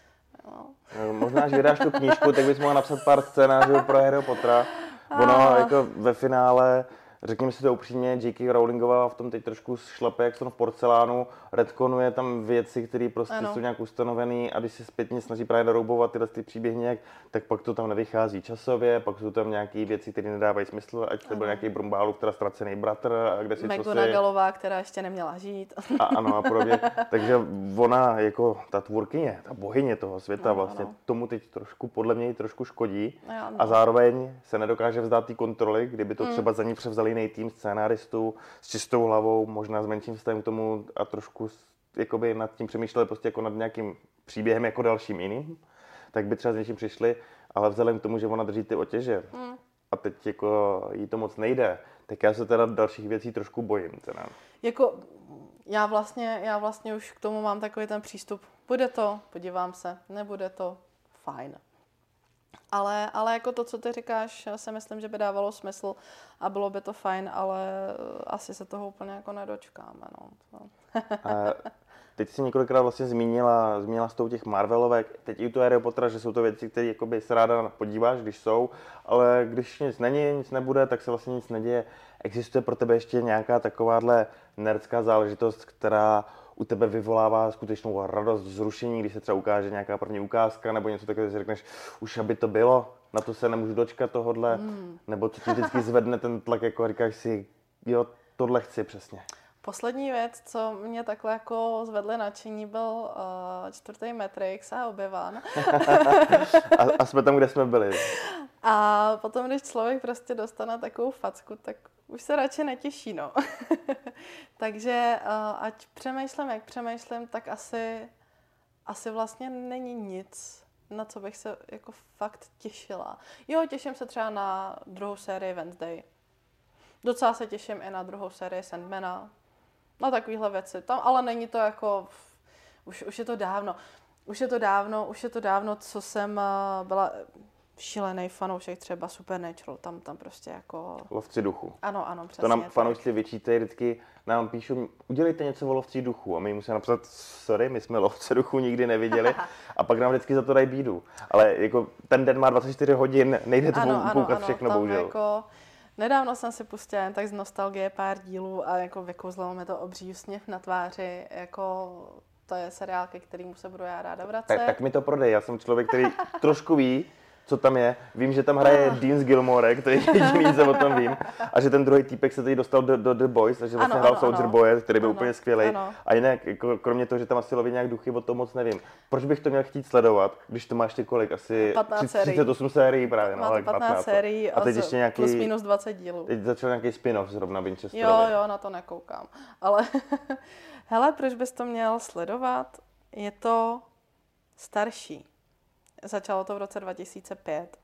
No. Možná, že vydáš tu knížku, tak bys mohla napsat pár scénářů pro Harry Pottera. Ono jako ve finále řekněme si to upřímně, J K. Rowlingová v tom teď trošku šlape, jak jsou v porcelánu, retkonuje tam věci, které prostě ano. jsou nějak ustanovený a když se zpětně snaží právě naroubovat tyhle ty příběhy nějak, tak pak to tam nevychází časově, pak jsou tam nějaké věci, které nedávají smysl, ať to byl nějaký Brumbálův, teda ztracený bratr a kde si McGonagallová, která ještě neměla žít. A ano a podobně. Takže ona jako ta tvůrkyně, ta bohyně toho světa no, vlastně no. tomu teď trošku, podle mě trošku škodí no, no. a zároveň se nedokáže vzdát té kontroly, kdyby to mm. třeba za ní převzali jiný tým scénáristů s čistou hlavou, možná s menším vztahem k tomu a trošku jakoby nad tím přemýšleli prostě jako nad nějakým příběhem jako dalším jiným, tak by třeba s něčím přišli, ale vzhledem k tomu, že ona drží ty otěže mm. a teď jako jí to moc nejde, tak já se teda dalších věcí trošku bojím. Teda. Jako já vlastně, já vlastně už k tomu mám takový ten přístup, bude to, podívám se, nebude to, fajn. Ale, ale jako to, co ty říkáš, si myslím, že by dávalo smysl a bylo by to fajn, ale asi se toho úplně jako nedočkáme. No. A teď jsi několikrát vlastně zmínila, zmínila s tou těch Marvelovek, teď i tu Harry Pottera, že jsou to věci, které jakoby se ráda podíváš, když jsou, ale když nic není, nic nebude, tak se vlastně nic neděje. Existuje pro tebe ještě nějaká takováhle nerdská záležitost, která u tebe vyvolává skutečnou radost, vzrušení, když se třeba ukáže nějaká první ukázka nebo něco takového, si řekneš, už aby to bylo, na to se nemůžu dočkat tohodle, mm. nebo co ti vždycky zvedne ten tlak, jako říkáš si, jo, tohle chci přesně. Poslední věc, co mě takhle jako zvedly nadšení, byl uh, čtvrtý Matrix a Obi-Wan. a, a jsme tam, kde jsme byli. A potom, když člověk prostě dostane takovou facku, tak už se radši netěší, no. Takže uh, ať přemýšlím, jak přemýšlím, tak asi, asi vlastně není nic, na co bych se jako fakt těšila. Jo, těším se třeba na druhou sérii Wednesday. Docela se těším i na druhou sérii Sandmana. Na takovýhle věci. Tam, ale není to jako, už, už je to dávno. Už je to dávno, už je to dávno, co jsem uh, byla šílený fanoušek třeba Supernatural, tam, tam prostě jako... Lovci duchu. Ano, ano, přesně. To nám fanoušci vyčítají, vždycky nám píšou, udělejte něco o lovci duchu a my musíme napsat, sorry, my jsme lovce duchu nikdy neviděli a pak nám vždycky za to dají bídu. Ale jako ten den má dvacet čtyři hodin, nejde to ano, koukat ano, všechno, tam bohužel. Jako, nedávno jsem si pustila jen tak z nostalgie pár dílů a jako vykouzlilo mi to obří úsměv na tváři, jako... To je seriál, ke kterému se budu já ráda vracet. Tak, tak mi to prodej, já jsem člověk, který trošku ví, co tam je. Vím, že tam hraje Dean z Gilmore, to je jediný, co o tom vím. A že ten druhý týpek se teď dostal do, do The Boys, a že vlastně ano, hrál ano, Soldier Boye, který byl ano, úplně skvělý. A jinak, jako, kromě toho, že tam asi loví nějak duchy, o tom moc nevím. Proč bych to měl chtít sledovat, když to máš ty kolik? Asi třicet osm sérií právě. Má to patnáct sérií a, a teď ještě nějaký, plus minus dvacet dílů. Teď začal nějaký spin-off zrovna Winchesterovi. Jo, jo, na to nekoukám. Ale hele, proč bys to měl sledovat? Je to starší. Začalo to v roce dva tisíce pět.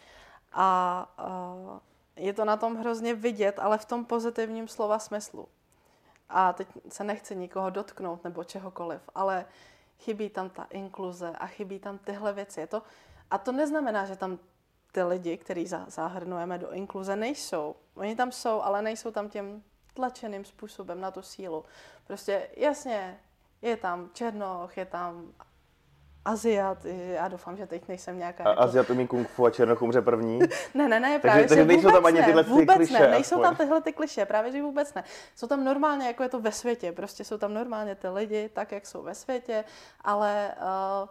A uh, je to na tom hrozně vidět, ale v tom pozitivním slova smyslu. A teď se nechci nikoho dotknout nebo čehokoliv, ale chybí tam ta inkluze a chybí tam tyhle věci. Je to, a to neznamená, že tam ty lidi, který zahrnujeme do inkluze, nejsou. Oni tam jsou, ale nejsou tam tím tlačeným způsobem na tu sílu. Prostě jasně, je tam Černoch, je tam Aziat, já doufám, že teď nejsem nějaká... A jako... Aziat umí kung fu a Černoch umře první? ne, ne, ne, právě takže, takže nejsou tam ani tyhle vůbec kliše. Ne, nejsou tam tyhle ty kliše, právě že vůbec ne. Jsou tam normálně, jako je to ve světě, prostě jsou tam normálně ty lidi, tak, jak jsou ve světě, ale uh,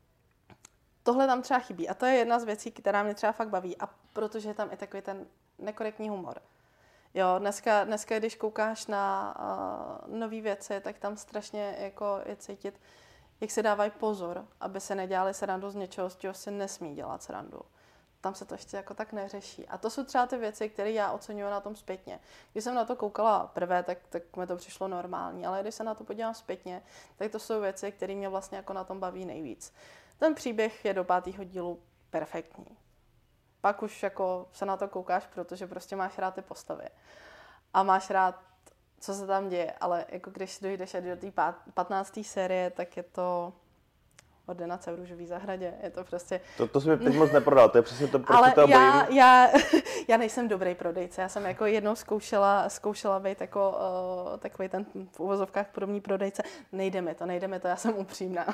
tohle tam třeba chybí. A to je jedna z věcí, která mě třeba fakt baví, a protože je tam i takový ten nekorektní humor. Jo, dneska, dneska když koukáš na uh, nové věci, tak tam strašně jako je cítit, jak se dávají pozor, aby se nedělali srandu z něčeho, z čeho si nesmí dělat srandu. Tam se to ještě jako tak neřeší. A to jsou třeba ty věci, které já oceňuji na tom zpětně. Když jsem na to koukala prvé, tak, tak mi to přišlo normální, ale když se na to podívám zpětně, tak to jsou věci, které mě vlastně jako na tom baví nejvíc. Ten příběh je do pátého dílu perfektní. Pak už jako se na to koukáš, protože prostě máš rád ty postavy. A máš rád, co se tam děje, ale jako když dojdeš do té patnácté série, tak je to Ordinace v růžové zahradě. Je to prostě... To, to jsi mi teď moc neprodal, to je přesně to, proč ale to já, bojím. já, já nejsem dobrý prodejce, já jsem jako jednou zkoušela, zkoušela být jako uh, takový ten v uvozovkách podobný prodejce. Nejde mi to, nejde mi to, já jsem upřímná.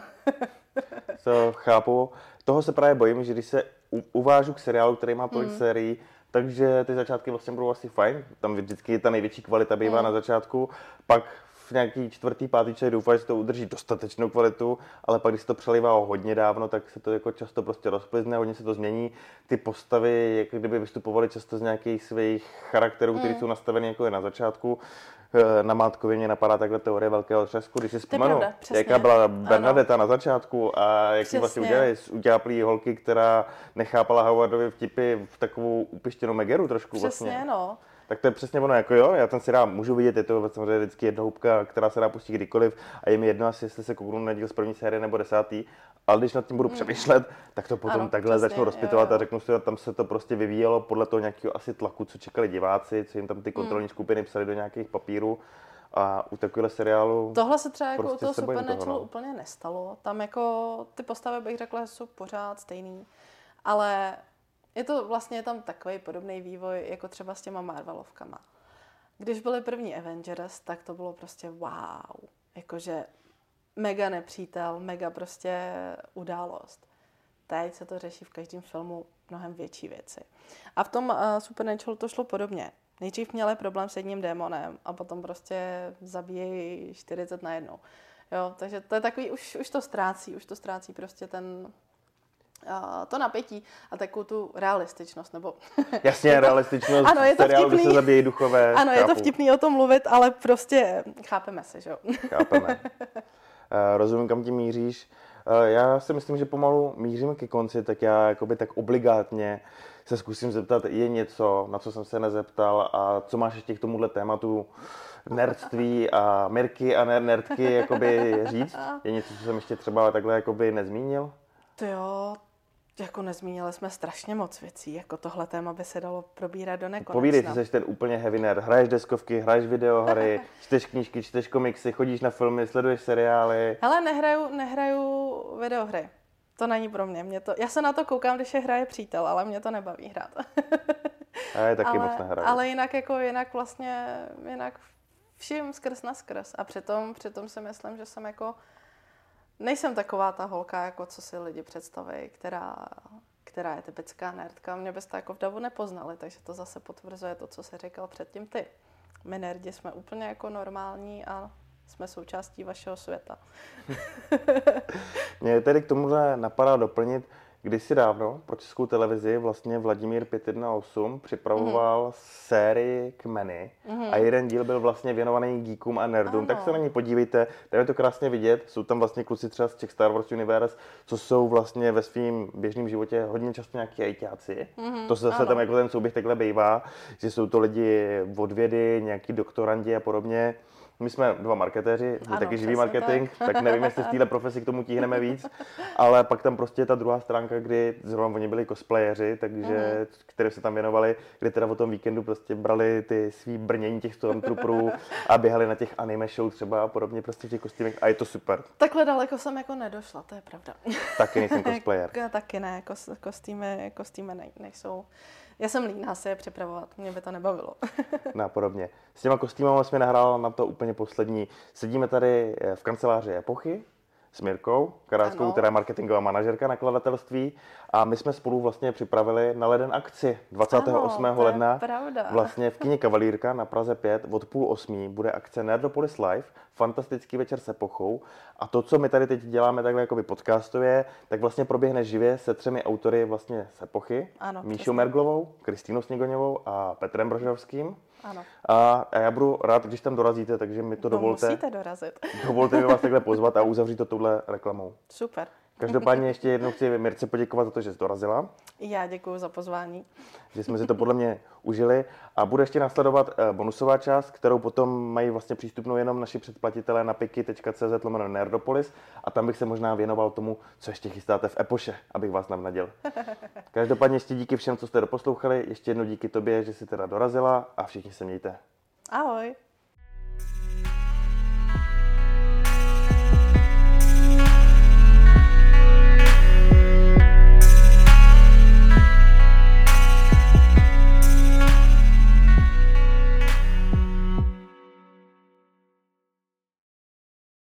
To chápu. Toho se právě bojím, že když se u, uvážu k seriálu, který má tolik mm. sérií, takže ty začátky vlastně budou asi fajn. Tam vždycky ta největší kvalita bývá mm. na začátku, pak v nějaký čtvrtý, pátý člověk doufá, že to udrží dostatečnou kvalitu, ale pak, když se to přelívá o hodně dávno, tak se to jako často prostě rozplizne, hodně se to změní. Ty postavy, jako kdyby vystupovaly často z nějakých svých charakterů, mm. které jsou nastaveny jako je na začátku. Na Mátkově mě napadá takhle teorie velkého třesku, když si vzpomenu, jaká byla Bernadetta ano. na začátku a jak si vlastně udělali z uděláplý holky, která nechápala Howardovi vtipy v takovou upištěnou megeru trošku přesně, vlastně. No. Tak to je přesně ono, jako jo, já ten seriál můžu vidět, je to samozřejmě vždycky jednohubka, která se dá pustit kdykoliv a je mi jedno asi, jestli se kouknu na díl z první série nebo desátý, ale když nad tím budu mm. přemýšlet, tak to potom ano, takhle přesně, začnu rozpitovat jo, jo. a řeknu si, že tam se to prostě vyvíjelo podle toho nějakého asi tlaku, co čekali diváci, co jim tam ty kontrolní mm. skupiny psali do nějakých papírů. A u takového seriálu tohle se třeba jako prostě u toho Supernatural no. úplně nestalo. Tam jako ty postavy bych řekla, že jsou pořád stejný, ale je to vlastně tam takový podobný vývoj, jako třeba s těma Marvelovkama. Když byly první Avengers, tak to bylo prostě wow. Jakože mega nepřítel, mega prostě událost. Teď se to řeší v každém filmu mnohem větší věci. A v tom uh, Supernatural to šlo podobně. Nejdřív měli problém s jedním démonem a potom prostě zabíjejí čtyřicet na jednou. Jo, takže to je takový, už, už to ztrácí, už to ztrácí prostě ten... Uh, to napětí a takovou tu realističnost, nebo... Jasně, realističnost ano, je to seriálu, vtipný. Kde se zabíjí duchové. Ano, chápu. Je to vtipný o tom mluvit, ale prostě chápeme se, že jo? Chápeme. Uh, rozumím, kam tím míříš. Uh, já si myslím, že pomalu mířím ke konci, tak já jakoby tak obligátně se zkusím zeptat, je něco, na co jsem se nezeptal a co máš ještě k tomuhle tématu nerdství a Mirky a nerdky jakoby říct? Je něco, co jsem ještě třeba takhle jakoby nezmínil? To jo, jako nezmínili jsme strašně moc věcí, jako tohle téma by se dalo probírat do nekonečna. Povídej, ty jsi ten úplně heavy nerd, hraješ deskovky, hraješ videohry, čteš knížky, čteš komiksy, chodíš na filmy, sleduješ seriály. Hele, nehraju, nehraju videohry, to není pro mě, mě to, já se na to koukám, když je hraje přítel, ale mě to nebaví hrát. A já taky ale, moc nehraju. Ale jinak jako, jinak vlastně, jinak všim skrz na skrz a přitom, přitom si myslím, že jsem jako nejsem taková ta holka, jako co si lidi představí, která, která je typická nerdka. Mě byste jako v davu nepoznali, takže to zase potvrzuje to, co jsi říkal předtím ty. My nerdi jsme úplně jako normální a jsme součástí vašeho světa. Mě tedy k tomuhle napadá doplnit, kdysi dávno pro Českou televizi vlastně Vladimír pět jedna osm připravoval mm. sérii Kmeny mm. a jeden díl byl vlastně věnovaný geekům a nerdům, ano. Tak se na ní podívejte, tam je to krásně vidět, jsou tam vlastně kluci třeba z těch Star Wars Universe, co jsou vlastně ve svém běžném životě hodně často nějaký ajťáci, mm. to se zase ano. tam jako ten souběh takhle bývá, že jsou to lidi od vědy, nějaký doktorandi a podobně. My jsme dva marketéři, my taky živý marketing, tak. tak nevím, jestli v téhle profesi k tomu tíhneme víc, ale pak tam prostě je ta druhá stránka, kdy zrovna oni byli cosplayeři, takže, mm. které se tam věnovali, kdy teda o tom víkendu prostě brali ty svý brnění těch Stormtrooperů a běhali na těch anime show třeba a podobně prostě v těch kostýmech a je to super. Takhle daleko jsem jako nedošla, to je pravda. Taky nejsem cosplayer. Taky ne, kos, kostýmy, kostýmy ne, nejsou. Já jsem líná se je připravovat, mě by to nebavilo. No podobně. S těma kostýmama jsme nahrála na to úplně poslední. Sedíme tady v kanceláři Epochy s Mirkou Karáckou, která je marketingová manažerka nakladatelství a my jsme spolu vlastně připravili na leden akci dvacátého osmého ledna. Vlastně v kině Kavalírka na Praze pět od půl osmí bude akce Nerdopolis Live, fantastický večer s Epochou a to, co my tady teď děláme takhle jakoby podcastově, tak vlastně proběhne živě se třemi autory vlastně z Epochy. Ano, Míšou Merglovou, Kristýnou Sněgoňovou a Petrem Brožovským. Ano. A já budu rád, když tam dorazíte, takže mi to no, dovolte. Musíte dorazit. Dovolte mi vás takhle pozvat a uzavřít to touhle reklamou. Super. Každopádně ještě jednou chci Mirce poděkovat za to, že jsi dorazila. Já děkuji za pozvání. Že jsme si to podle mě užili a bude ještě následovat bonusová část, kterou potom mají vlastně přístupnou jenom naši předplatitelé na piky tečka cé zet lomeno nerdopolis a tam bych se možná věnoval tomu, co ještě chystáte v Epoše, abych vás navnadil. Každopádně ještě díky všem, co jste doposlouchali, ještě jednou díky tobě, že jsi teda dorazila a všichni se mějte. Ahoj.